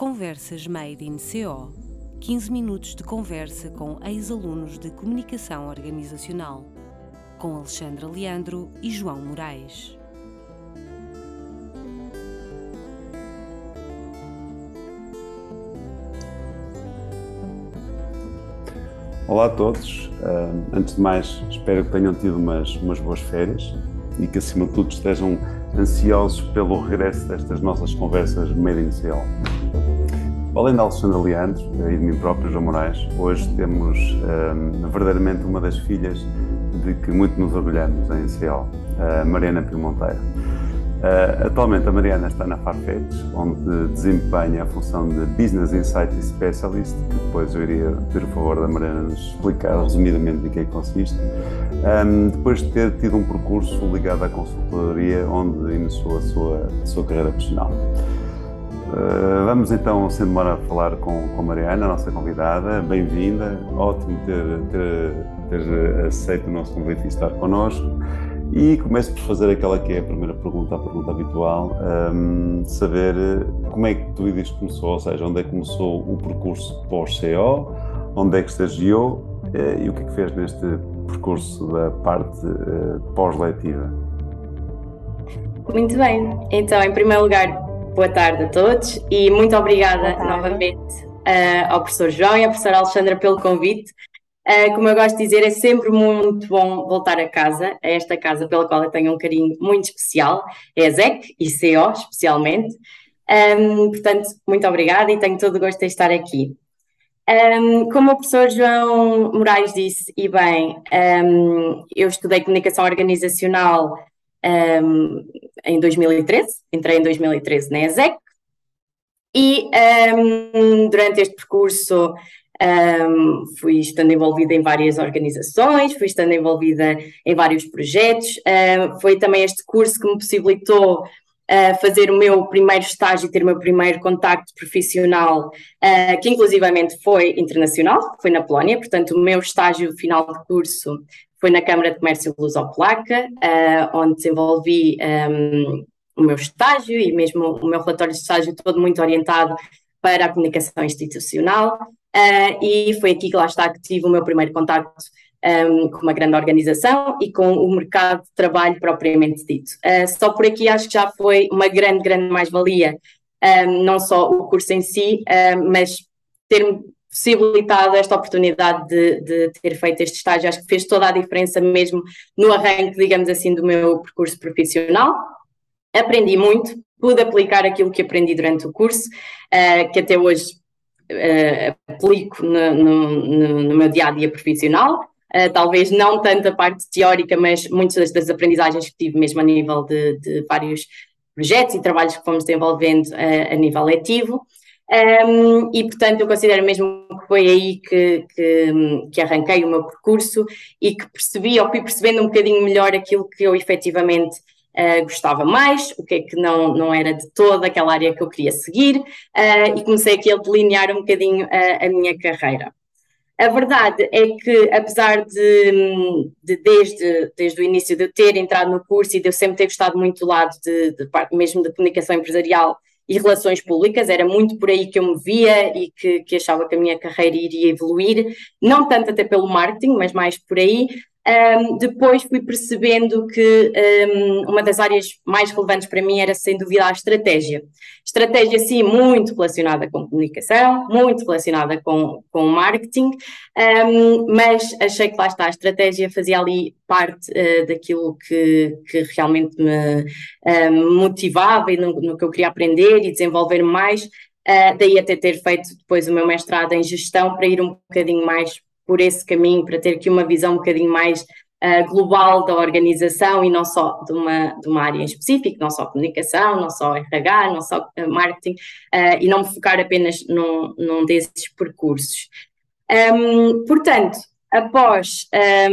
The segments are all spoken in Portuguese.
Conversas Made in CO. 15 minutos de conversa com ex-alunos de Comunicação Organizacional, com Alexandra Leandro e João Moraes. Olá a todos, antes de mais espero que tenham tido umas boas férias e que acima de tudo estejam ansiosos pelo regresso destas nossas conversas Made in CO. Além da Alexandra Leandro e de mim próprio, João Moraes, hoje temos verdadeiramente uma das filhas de que muito nos orgulhamos em CO, a Mariana Pimentel. Atualmente a Mariana está na Farfetch, onde desempenha a função de Business Insight Specialist, que depois eu iria pedir o favor da Mariana nos explicar resumidamente de que é que consiste, depois de ter tido um percurso ligado à consultoria, onde iniciou a sua carreira profissional. Vamos então, sem demora, falar com a Mariana, a nossa convidada. Bem-vinda, ótimo ter aceito o nosso convite e estar connosco. E começo por fazer aquela que é a primeira pergunta, a pergunta habitual, saber como é que tu isto começou, ou seja, onde é que começou o percurso pós-CO, onde é que estagiou e o que é que fez neste percurso da parte pós-letiva? Muito bem, então em primeiro lugar, boa tarde a todos e muito obrigada novamente ao professor João e à professora Alexandra pelo convite. Como eu gosto de dizer, é sempre muito bom voltar a casa, a esta casa pela qual eu tenho um carinho muito especial, é a ZEC e CO especialmente. Portanto, muito obrigada e tenho todo o gosto de estar aqui. Como o professor João Moraes disse, e bem, eu estudei Comunicação Organizacional em 2013, entrei em 2013 na ESEC e durante este percurso fui estando envolvida em várias organizações, fui estando envolvida em vários projetos, foi também este curso que me possibilitou fazer o meu primeiro estágio e ter o meu primeiro contacto profissional, que inclusivamente foi internacional, foi na Polónia, portanto o meu estágio final de curso foi na Câmara de Comércio Luso-Polaca, onde desenvolvi o meu estágio e mesmo o meu relatório de estágio todo muito orientado para a comunicação institucional, e foi aqui que lá está que tive o meu primeiro contacto com uma grande organização e com o mercado de trabalho propriamente dito. Só por aqui acho que já foi uma grande mais-valia, não só o curso em si, mas ter-me possibilitado esta oportunidade de ter feito este estágio, acho que fez toda a diferença mesmo no arranque, digamos assim, do meu percurso profissional. Aprendi muito, pude aplicar aquilo que aprendi durante o curso, que até hoje aplico no meu dia-a-dia profissional, talvez não tanto a parte teórica, mas muitas das aprendizagens que tive mesmo a nível de vários projetos e trabalhos que fomos desenvolvendo a nível letivo. E portanto eu considero mesmo que foi aí que arranquei o meu percurso e que percebi, ou fui percebendo um bocadinho melhor aquilo que eu efetivamente gostava mais, o que é que não era de toda aquela área que eu queria seguir, e comecei aqui a delinear um bocadinho a minha carreira. A verdade é que, apesar de desde o início de eu ter entrado no curso e de eu sempre ter gostado muito do lado de parte mesmo de comunicação empresarial e relações públicas, era muito por aí que eu me via e que achava que a minha carreira iria evoluir, não tanto até pelo marketing, mas mais por aí. Depois fui percebendo que uma das áreas mais relevantes para mim era sem dúvida a estratégia. Estratégia sim muito relacionada com comunicação, muito relacionada com marketing, mas achei que lá está, a estratégia fazia ali parte daquilo que realmente me motivava e no que eu queria aprender e desenvolver mais, daí até ter feito depois o meu mestrado em gestão para ir um bocadinho mais por esse caminho, para ter aqui uma visão um bocadinho mais global da organização e não só de uma área em específico, não só comunicação, não só RH, não só marketing, e não me focar apenas num desses percursos. Portanto, após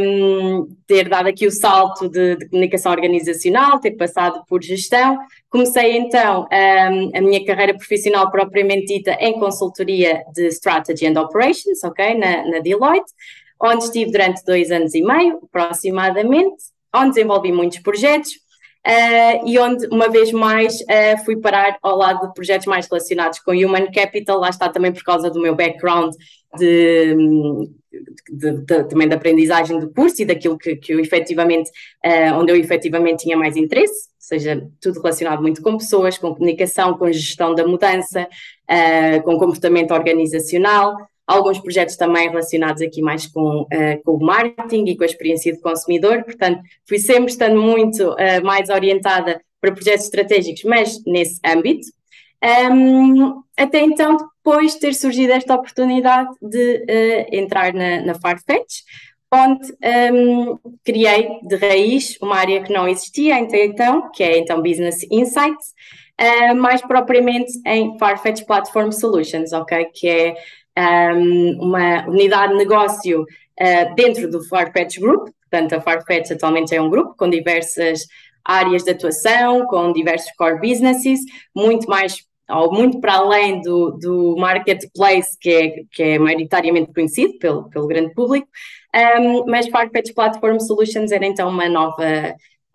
ter dado aqui o salto de comunicação organizacional, ter passado por gestão, comecei então a minha carreira profissional propriamente dita em consultoria de Strategy and Operations, ok, na Deloitte, onde estive durante 2 anos e meio, aproximadamente, onde desenvolvi muitos projetos, e onde, uma vez mais, fui parar ao lado de projetos mais relacionados com Human Capital, lá está também por causa do meu background também da aprendizagem do curso e daquilo que eu efetivamente, onde eu efetivamente tinha mais interesse, ou seja, tudo relacionado muito com pessoas, com comunicação, com gestão da mudança, com comportamento organizacional, alguns projetos também relacionados aqui mais com o marketing e com a experiência do consumidor, portanto, fui sempre estando muito mais orientada para projetos estratégicos, mas nesse âmbito. Até então, depois de ter surgido esta oportunidade de entrar na Farfetch, onde criei de raiz uma área que não existia até então, que é então Business Insights, mais propriamente em Farfetch Platform Solutions, ok? Que é uma unidade de negócio dentro do Farfetch Group. Portanto, a Farfetch atualmente é um grupo com diversas áreas de atuação, com diversos core businesses, muito para além do marketplace, que é maioritariamente conhecido pelo grande público, mas Farfetch Platform Solutions era então uma nova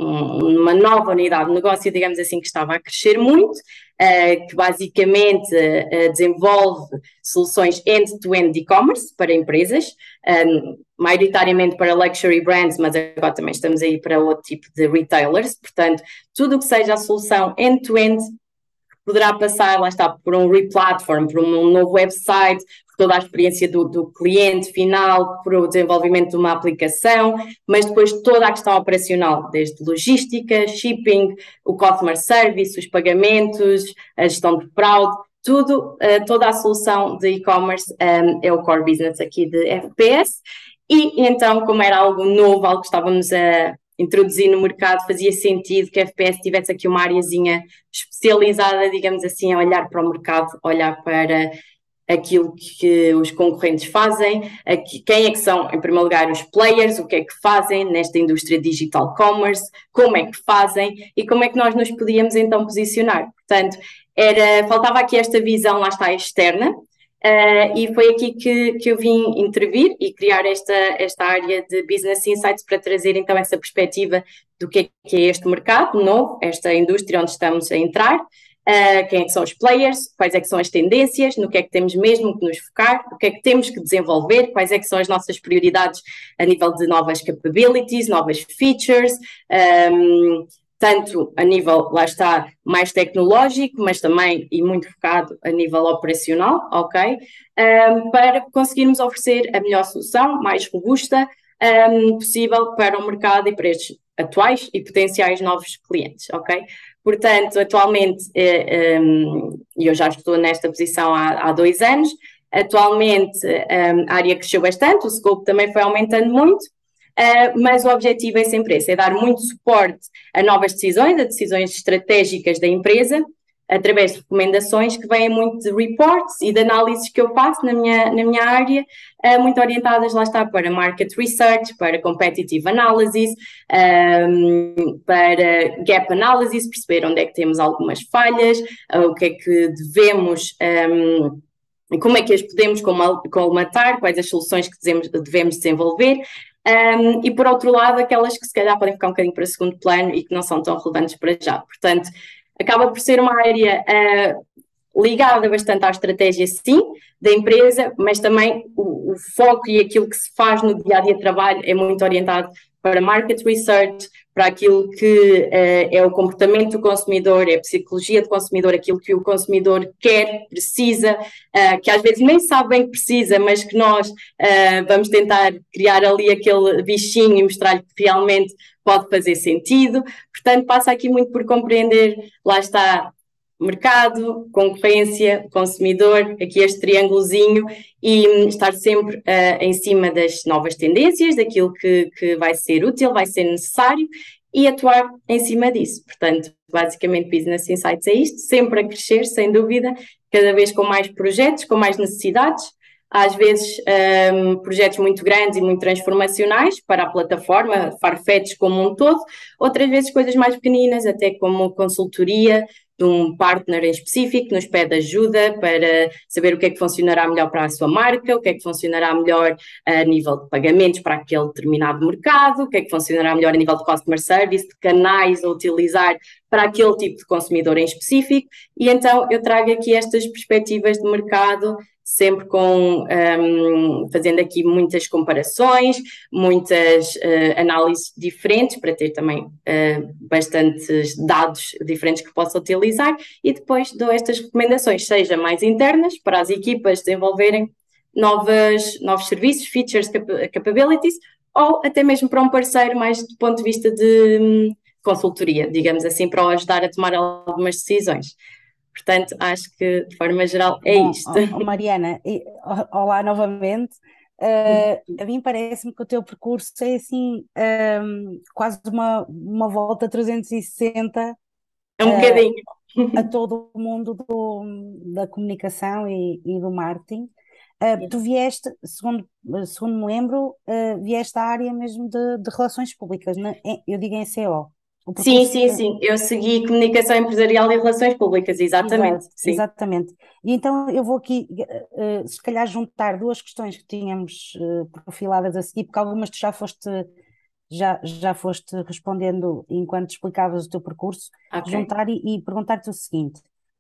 unidade de negócio, digamos assim, que estava a crescer muito, que basicamente desenvolve soluções end-to-end de e-commerce para empresas, maioritariamente para luxury brands, mas agora também estamos aí para outro tipo de retailers. Portanto, tudo o que seja a solução end-to-end poderá passar, lá está, por um replatform, por um novo website, por toda a experiência do cliente final, por o desenvolvimento de uma aplicação, mas depois toda a questão operacional, desde logística, shipping, o customer service, os pagamentos, a gestão de fraude, toda a solução de e-commerce é o core business aqui de FPS. E então, como era algo novo, algo que estávamos a introduzir no mercado, fazia sentido que a FPS tivesse aqui uma areazinha especializada, digamos assim, a olhar para o mercado, olhar para aquilo que os concorrentes fazem, quem é que são, em primeiro lugar, os players, o que é que fazem nesta indústria digital commerce, como é que fazem e como é que nós nos podíamos então posicionar. Portanto, faltava aqui esta visão, lá está, externa, e foi aqui que eu vim intervir e criar esta área de Business Insights para trazer então essa perspectiva do que é este mercado novo, esta indústria onde estamos a entrar, quem é que são os players, quais é que são as tendências, no que é que temos mesmo que nos focar, o que é que temos que desenvolver, quais é que são as nossas prioridades a nível de novas capabilities, novas features, tanto a nível, lá está, mais tecnológico, mas também e muito focado a nível operacional, ok? Para conseguirmos oferecer a melhor solução, mais robusta possível para o mercado e para estes atuais e potenciais novos clientes, ok? Portanto, atualmente, eu já estou nesta posição há 2 anos, atualmente a área cresceu bastante, o scope também foi aumentando muito, mas o objetivo é sempre esse, é dar muito suporte a novas decisões, a decisões estratégicas da empresa, através de recomendações que vêm muito de reports e de análises que eu faço na minha área, muito orientadas, lá está, para market research, para competitive analysis, para gap analysis, perceber onde é que temos algumas falhas, o que é que devemos... como é que as podemos colmatar, quais as soluções que devemos desenvolver, e por outro lado, aquelas que se calhar podem ficar um bocadinho para segundo plano e que não são tão relevantes para já. Portanto, acaba por ser uma área ligada bastante à estratégia, sim, da empresa, mas também o foco e aquilo que se faz no dia-a-dia de trabalho é muito orientado para market research, para aquilo que é o comportamento do consumidor, é a psicologia do consumidor, aquilo que o consumidor quer, precisa, que às vezes nem sabe bem que precisa, mas que nós vamos tentar criar ali aquele bichinho e mostrar-lhe que realmente pode fazer sentido. Portanto, passa aqui muito por compreender, lá está, mercado, concorrência, consumidor, aqui este triângulozinho e estar sempre em cima das novas tendências, daquilo que vai ser útil, vai ser necessário e atuar em cima disso. Portanto, basicamente Business Insights é isto, sempre a crescer, sem dúvida, cada vez com mais projetos, com mais necessidades, às vezes projetos muito grandes e muito transformacionais para a plataforma, Farfetch como um todo, outras vezes coisas mais pequeninas, até como consultoria, de um partner em específico, nos pede ajuda para saber o que é que funcionará melhor para a sua marca, o que é que funcionará melhor a nível de pagamentos para aquele determinado mercado, o que é que funcionará melhor a nível de customer service, de canais a utilizar para aquele tipo de consumidor em específico, e então eu trago aqui estas perspectivas de mercado, sempre fazendo aqui muitas comparações, muitas análises diferentes, para ter também bastantes dados diferentes que possa utilizar, e depois dou estas recomendações, seja mais internas, para as equipas desenvolverem novos serviços, features, capabilities, ou até mesmo para um parceiro mais do ponto de vista de consultoria, digamos assim, para o ajudar a tomar algumas decisões. Portanto, acho que, de forma geral, é isto. Mariana, olá novamente. A mim parece-me que o teu percurso é assim, quase uma volta 360 um bocadinho a todo o mundo da comunicação e do marketing. Tu vieste, segundo me lembro, vieste à área mesmo de relações públicas, eu digo em CO. Sim. Eu segui comunicação empresarial e relações públicas, exatamente. Sim. Exatamente. E então eu vou aqui, se calhar, juntar duas questões que tínhamos profiladas a seguir, porque algumas tu já foste respondendo enquanto explicavas o teu percurso, Okay. Juntar e perguntar-te o seguinte,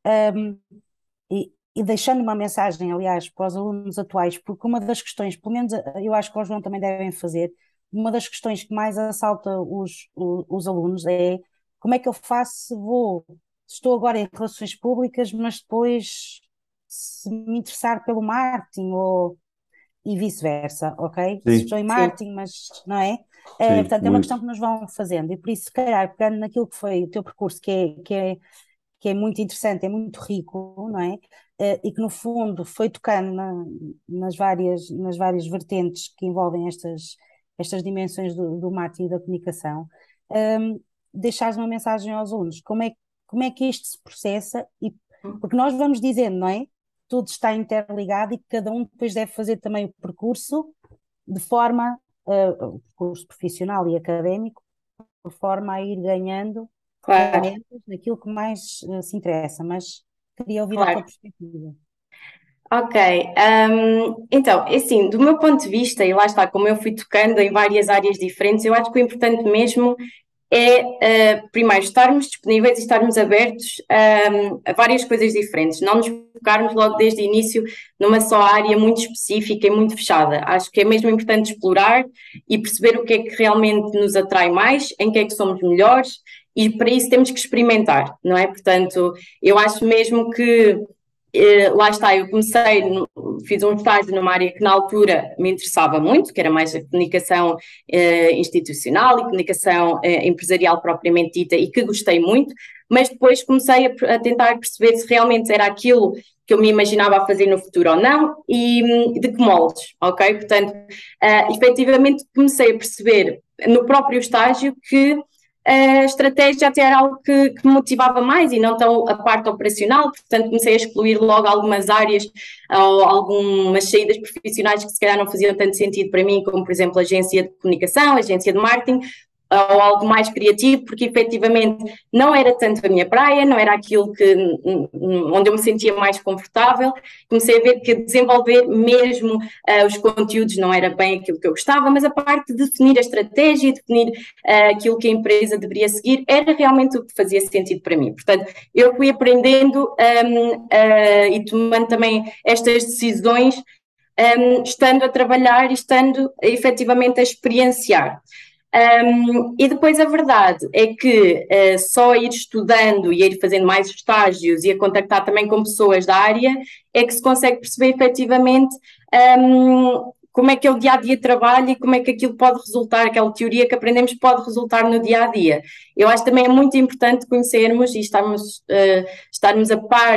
e deixando uma mensagem, aliás, para os alunos atuais, porque uma das questões, pelo menos eu acho que o João também devem fazer, uma das questões que mais assalta os alunos é como é que eu faço se estou agora em relações públicas, mas depois se me interessar pelo marketing e vice-versa, ok? Sim. Se estou em marketing, mas não é? Portanto, é uma questão que nos vão fazendo, e por isso, se calhar, pegando naquilo que foi o teu percurso, que é muito interessante, é muito rico, não é? E que no fundo foi tocando nas várias vertentes que envolvem estas dimensões do marketing e da comunicação, deixares uma mensagem aos alunos, como é que isto se processa, porque nós vamos dizendo, não é? Tudo está interligado e que cada um depois deve fazer também o percurso de forma, o percurso profissional e académico, de forma a ir ganhando ferramentas naquilo que mais se interessa, mas queria ouvir a tua perspectiva. Ok, então, assim, do meu ponto de vista, e lá está, como eu fui tocando em várias áreas diferentes, eu acho que o importante mesmo é, primeiro, estarmos disponíveis e estarmos abertos a várias coisas diferentes, não nos focarmos logo desde o início numa só área muito específica e muito fechada. Acho que é mesmo importante explorar e perceber o que é que realmente nos atrai mais, em que é que somos melhores, e para isso temos que experimentar, não é? Portanto, eu acho mesmo que lá está, eu fiz um estágio numa área que na altura me interessava muito, que era mais a comunicação institucional e comunicação empresarial propriamente dita, e que gostei muito, mas depois comecei a tentar perceber se realmente era aquilo que eu me imaginava a fazer no futuro ou não, e de que moldes, ok? Portanto, efetivamente comecei a perceber no próprio estágio que a estratégia até era algo que me motivava mais e não tão a parte operacional, portanto comecei a excluir logo algumas áreas ou algumas saídas profissionais que se calhar não faziam tanto sentido para mim, como por exemplo agência de comunicação, agência de marketing, ou algo mais criativo, porque efetivamente não era tanto a minha praia, não era aquilo onde eu me sentia mais confortável. Comecei a ver que desenvolver mesmo os conteúdos não era bem aquilo que eu gostava, mas a parte de definir a estratégia, definir aquilo que a empresa deveria seguir, era realmente o que fazia sentido para mim. Portanto, eu fui aprendendo e tomando também estas decisões, estando a trabalhar e estando efetivamente a experienciar. E depois a verdade é que só ir estudando e ir fazendo mais estágios e a contactar também com pessoas da área é que se consegue perceber efetivamente como é que é o dia-a-dia de trabalho e como é que aquilo pode resultar, aquela teoria que aprendemos pode resultar no dia-a-dia. Eu acho que também é muito importante conhecermos e estarmos a par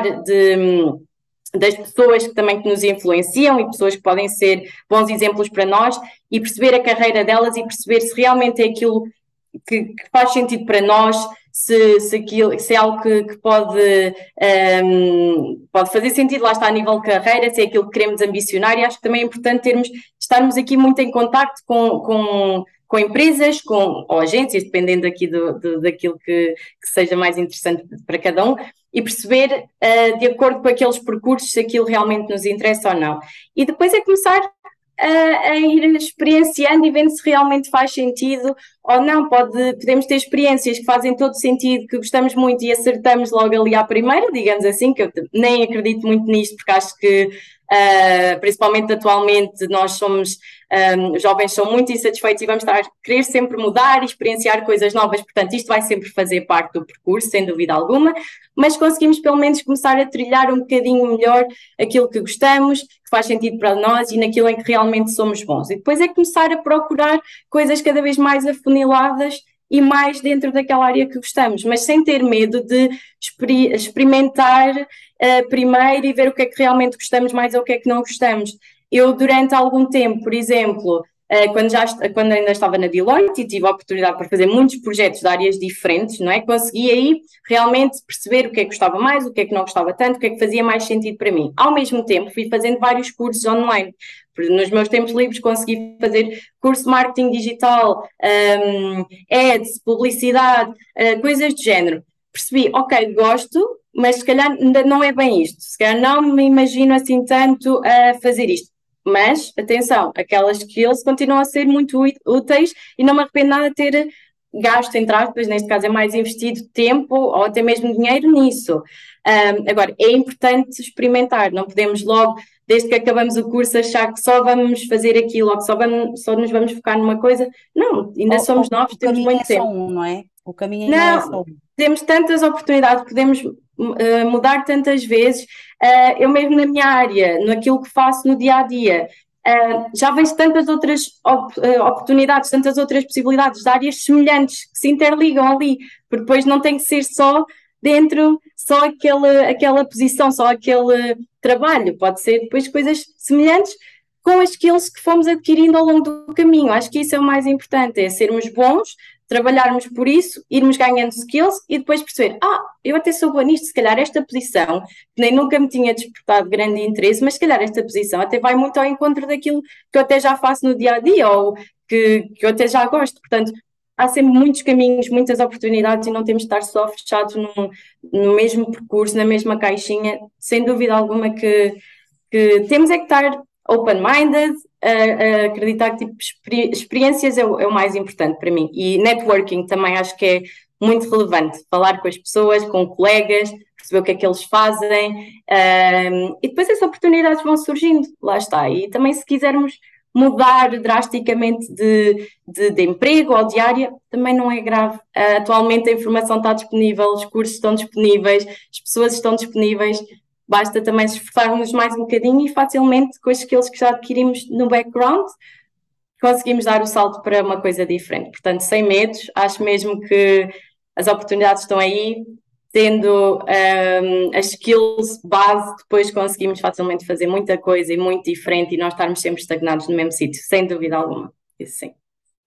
das pessoas que nos influenciam e pessoas que podem ser bons exemplos para nós, e perceber a carreira delas e perceber se realmente é aquilo que faz sentido para nós, se é algo que pode fazer sentido, lá está, a nível de carreira, se é aquilo que queremos ambicionar. E acho que também é importante estarmos aqui muito em contacto com com empresas, ou agências, dependendo aqui daquilo que seja mais interessante para cada um, e perceber, de acordo com aqueles percursos, se aquilo realmente nos interessa ou não. E depois é começar a ir experienciando e vendo se realmente faz sentido ou não. Podemos ter experiências que fazem todo sentido, que gostamos muito e acertamos logo ali à primeira, digamos assim, que eu nem acredito muito nisto, porque acho que, principalmente atualmente, nós somos, os jovens são muito insatisfeitos e vamos estar a querer sempre mudar e experienciar coisas novas, portanto isto vai sempre fazer parte do percurso, sem dúvida alguma, mas conseguimos pelo menos começar a trilhar um bocadinho melhor aquilo que gostamos, que faz sentido para nós e naquilo em que realmente somos bons. E depois é começar a procurar coisas cada vez mais afuniladas e mais dentro daquela área que gostamos, mas sem ter medo de experimentar primeiro e ver o que é que realmente gostamos mais ou o que é que não gostamos. Eu, durante algum tempo, por exemplo, quando ainda estava na Deloitte e tive a oportunidade para fazer muitos projetos de áreas diferentes, não é? Consegui aí realmente perceber o que é que gostava mais, o que é que não gostava tanto, o que é que fazia mais sentido para mim. Ao mesmo tempo, fui fazendo vários cursos online. Nos meus tempos livres consegui fazer curso de marketing digital, ads, publicidade, coisas do género. Percebi, ok, gosto, mas se calhar ainda não é bem isto. Se calhar não me imagino assim tanto a fazer isto. Mas, atenção, aquelas skills continuam a ser muito úteis e não me arrependo nada de ter gasto, entre aspas, neste caso é mais investido tempo ou até mesmo dinheiro nisso. Agora, é importante experimentar, não podemos logo, desde que acabamos o curso, achar que só vamos fazer aquilo ou que só nos vamos focar numa coisa. Não, ainda somos novos, temos muito tempo. O caminho é só um, não é? O caminho não é só um. Temos tantas oportunidades, podemos mudar tantas vezes. Eu mesmo na minha área, naquilo que faço no dia-a-dia, já vejo tantas outras oportunidades, tantas outras possibilidades de áreas semelhantes que se interligam ali, porque depois não tem que ser só dentro, só aquela posição, só aquele trabalho, pode ser depois coisas semelhantes com as skills que fomos adquirindo ao longo do caminho. Acho que isso é o mais importante, é sermos bons, trabalharmos por isso, irmos ganhando skills e depois perceber, eu até sou boa nisto, se calhar esta posição, que nem nunca me tinha despertado grande interesse, mas se calhar esta posição até vai muito ao encontro daquilo que eu até já faço no dia-a-dia ou que eu até já gosto. Portanto, há sempre muitos caminhos, muitas oportunidades e não temos de estar só fechados no mesmo percurso, na mesma caixinha. Sem dúvida alguma que temos é que estar open-minded, acreditar que tipo, experiências é o mais importante para mim. E networking também acho que é muito relevante. Falar com as pessoas, com colegas, perceber o que é que eles fazem. E depois essas oportunidades vão surgindo, lá está. E também se quisermos mudar drasticamente de emprego ou de área, também não é grave. Atualmente a informação está disponível, os cursos estão disponíveis, as pessoas estão disponíveis. Basta também se esforçarmos mais um bocadinho e facilmente, com as skills que já adquirimos no background, conseguimos dar o salto para uma coisa diferente. Portanto, sem medos, acho mesmo que as oportunidades estão aí, tendo as skills base, depois conseguimos facilmente fazer muita coisa e muito diferente e não estarmos sempre estagnados no mesmo sítio, sem dúvida alguma. Isso sim.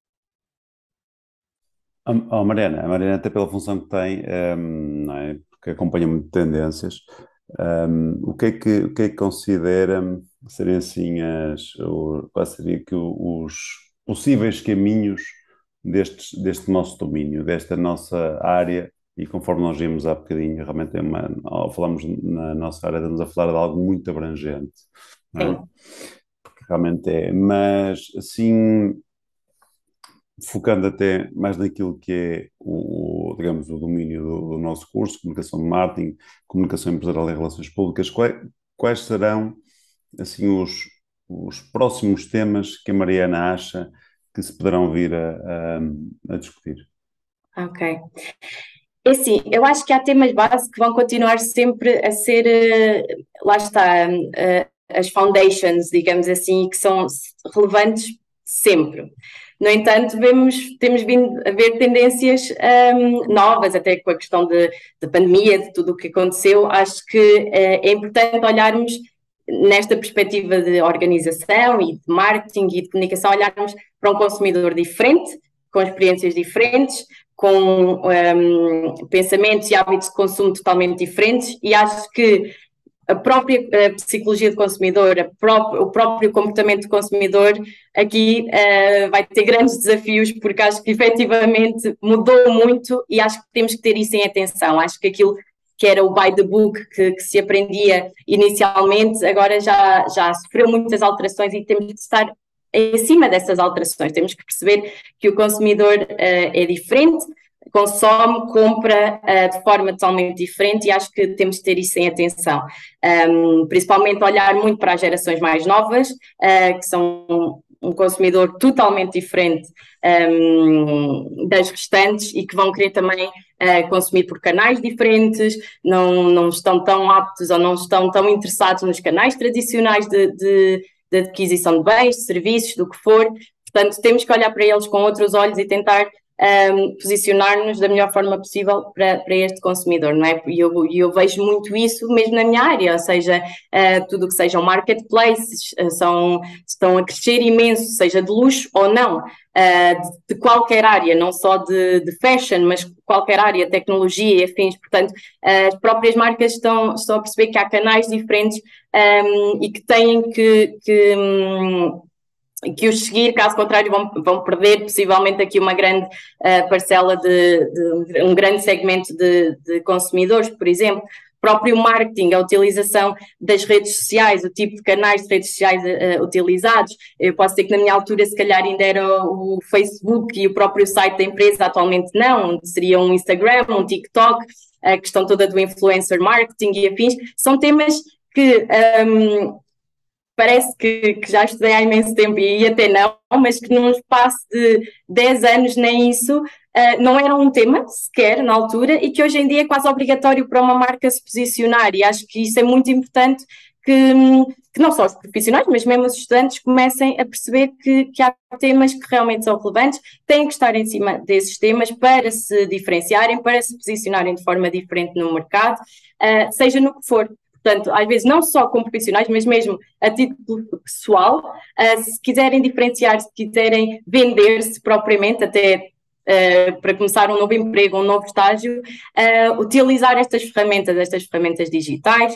Mariana, a Mariana até pela função que tem, não é? Porque acompanha muito tendências. O que é que considera serem assim quais seriam os possíveis caminhos deste nosso domínio, desta nossa área? E conforme nós vimos há bocadinho, realmente ao falarmos na nossa área, estamos a falar de algo muito abrangente, não é? Porque realmente é, mas assim, focando até mais naquilo que é digamos, o domínio do nosso curso, comunicação de marketing, comunicação empresarial e relações públicas, quais serão assim os próximos temas que a Mariana acha que se poderão vir a discutir? Ok. É assim, eu acho que há temas base que vão continuar sempre a ser, lá está, as foundations, digamos assim, que são relevantes sempre. No entanto, temos vindo a ver tendências novas, até com a questão de pandemia, de tudo o que aconteceu. Acho que é importante olharmos nesta perspectiva de organização e de marketing e de comunicação, olharmos para um consumidor diferente, com experiências diferentes, com pensamentos e hábitos de consumo totalmente diferentes, e acho que a própria psicologia do consumidor, o próprio comportamento do consumidor, aqui vai ter grandes desafios, porque acho que efetivamente mudou muito e acho que temos que ter isso em atenção. Acho que aquilo que era o by the book que se aprendia inicialmente, agora já sofreu muitas alterações e temos que estar em cima dessas alterações. Temos que perceber que o consumidor é diferente, consome, compra de forma totalmente diferente e acho que temos de ter isso em atenção. Principalmente olhar muito para as gerações mais novas, que são um consumidor totalmente diferente das restantes e que vão querer também consumir por canais diferentes, não estão tão aptos ou não estão tão interessados nos canais tradicionais de aquisição de bens, de serviços, do que for. Portanto, temos que olhar para eles com outros olhos e tentar posicionar-nos da melhor forma possível para este consumidor, não é? E eu vejo muito isso mesmo na minha área, ou seja, tudo o que sejam marketplaces estão a crescer imenso, seja de luxo ou não, de qualquer área, não só de fashion, mas qualquer área, tecnologia e afins. Portanto, as próprias marcas estão a perceber que há canais diferentes e que têm que os seguir, caso contrário vão perder possivelmente aqui uma grande parcela de um grande segmento de consumidores, por exemplo. Próprio marketing, a utilização das redes sociais, o tipo de canais de redes sociais utilizados. Eu posso dizer que na minha altura se calhar ainda era o Facebook e o próprio site da empresa, atualmente não, seria um Instagram, um TikTok, a questão toda do influencer marketing e afins, são temas que parece que já estudei há imenso tempo e até não, mas que num espaço de 10 anos nem isso não era um tema sequer na altura e que hoje em dia é quase obrigatório para uma marca se posicionar e acho que isso é muito importante que não só os profissionais, mas mesmo os estudantes comecem a perceber que há temas que realmente são relevantes, têm que estar em cima desses temas para se diferenciarem, para se posicionarem de forma diferente no mercado, seja no que for. Portanto, às vezes não só como profissionais, mas mesmo a título pessoal, se quiserem diferenciar, se quiserem vender-se propriamente, até para começar um novo emprego, um novo estágio, utilizar estas ferramentas digitais,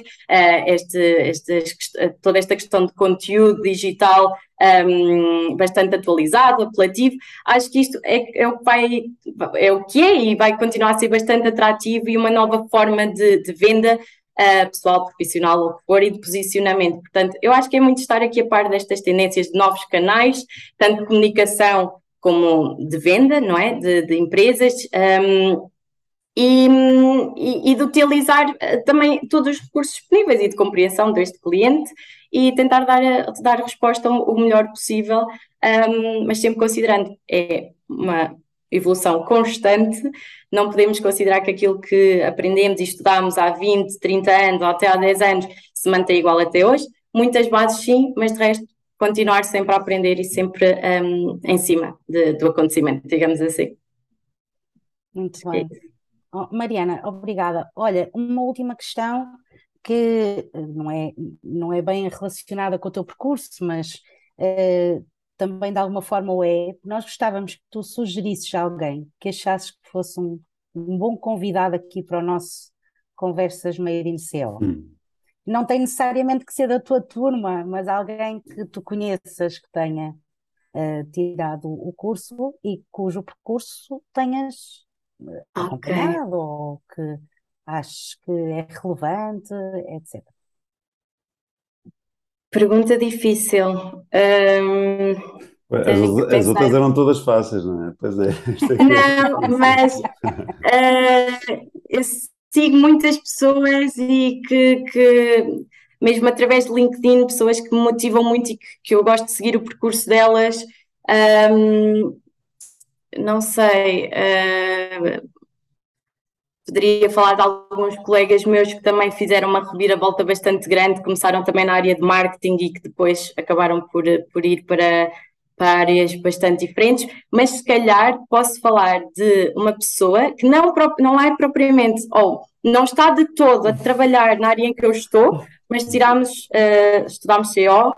toda esta questão de conteúdo digital bastante atualizado, apelativo. Acho que isto é o que é e vai continuar a ser bastante atrativo e uma nova forma de venda pessoal, profissional, ou o que for, e de posicionamento. Portanto, eu acho que é muito estar aqui a par destas tendências de novos canais, tanto de comunicação como de venda, não é? De empresas, e de utilizar também todos os recursos disponíveis e de compreensão deste cliente e tentar dar resposta o melhor possível, mas sempre considerando é uma evolução constante, não podemos considerar que aquilo que aprendemos e estudámos há 20, 30 anos ou até há 10 anos se mantém igual até hoje. Muitas bases sim, mas de resto continuar sempre a aprender e sempre em cima do acontecimento, digamos assim. Muito bem. Oh, Mariana, obrigada. Olha, uma última questão que não é bem relacionada com o teu percurso, mas também de alguma forma o é. Nós gostávamos que tu sugerisses a alguém que achasses que fosse um bom convidado aqui para o nosso Conversas Made in CO. Não tem necessariamente que ser da tua turma, mas alguém que tu conheças que tenha tirado o curso e cujo percurso tenhas acompanhado ou que aches que é relevante, etc. Pergunta difícil. As outras eram todas fáceis, não é? Pois é. Não, mas eu sigo muitas pessoas e que mesmo através de LinkedIn, pessoas que me motivam muito e que eu gosto de seguir o percurso delas. Não sei, poderia falar de alguns colegas meus que também fizeram uma reviravolta bastante grande, começaram também na área de marketing e que depois acabaram por ir para áreas bastante diferentes, mas se calhar posso falar de uma pessoa que não é propriamente, ou não está de todo a trabalhar na área em que eu estou, mas estudámos CO,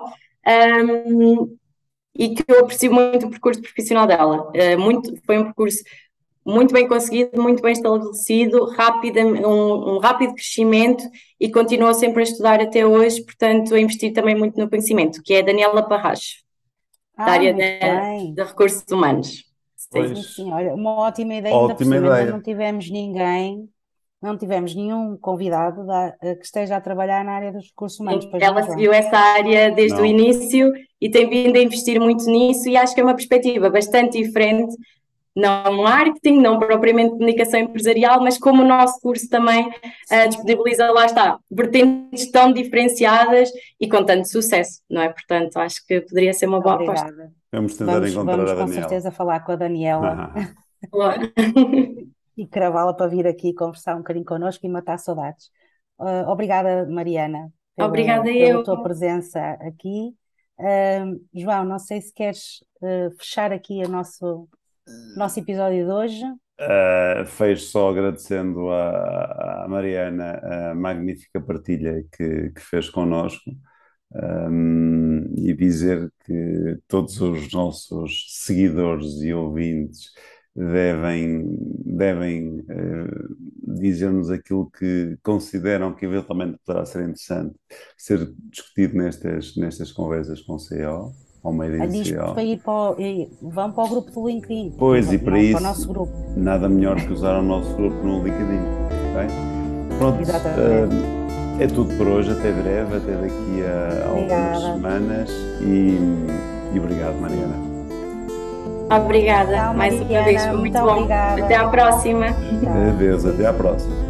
e que eu aprecio muito o percurso profissional dela. Foi um percurso muito bem conseguido, muito bem estabelecido, um rápido crescimento e continua sempre a estudar até hoje, portanto, a investir também muito no conhecimento, que é a Daniela Parracho, da área de recursos humanos. Sim, olha, uma ótima ideia, ainda por cima ainda não tivemos nenhum convidado que esteja a trabalhar na área dos recursos humanos. Ela seguiu essa área desde o início e tem vindo a investir muito nisso e acho que é uma perspectiva bastante diferente, não marketing, não propriamente comunicação empresarial, mas como o nosso curso também disponibiliza, lá está, vertentes tão diferenciadas e com tanto sucesso, não é? Portanto, acho que poderia ser uma boa aposta. Vamos tentar encontrar a Daniela. Com certeza falar com a Daniela Claro. e cravá-la para vir aqui conversar um bocadinho connosco e matar saudades. Obrigada, Mariana, pela tua presença aqui. João, não sei se queres fechar aqui o nosso episódio de hoje. Fecho só agradecendo à Mariana a magnífica partilha que fez connosco, e dizer que todos os nossos seguidores e ouvintes devem dizer-nos aquilo que consideram que eventualmente poderá ser interessante ser discutido nestas conversas com o CEO. Vão para o grupo do LinkedIn. Pois, e para isso, para o nosso grupo. Nada melhor que usar o nosso grupo no LinkedIn. Okay? Pronto, é tudo por hoje. Até breve, até daqui a algumas semanas. E obrigado, Mariana. Obrigada, mais uma vez. Foi muito bom. Obrigada. Até à próxima. Adeus, até à próxima.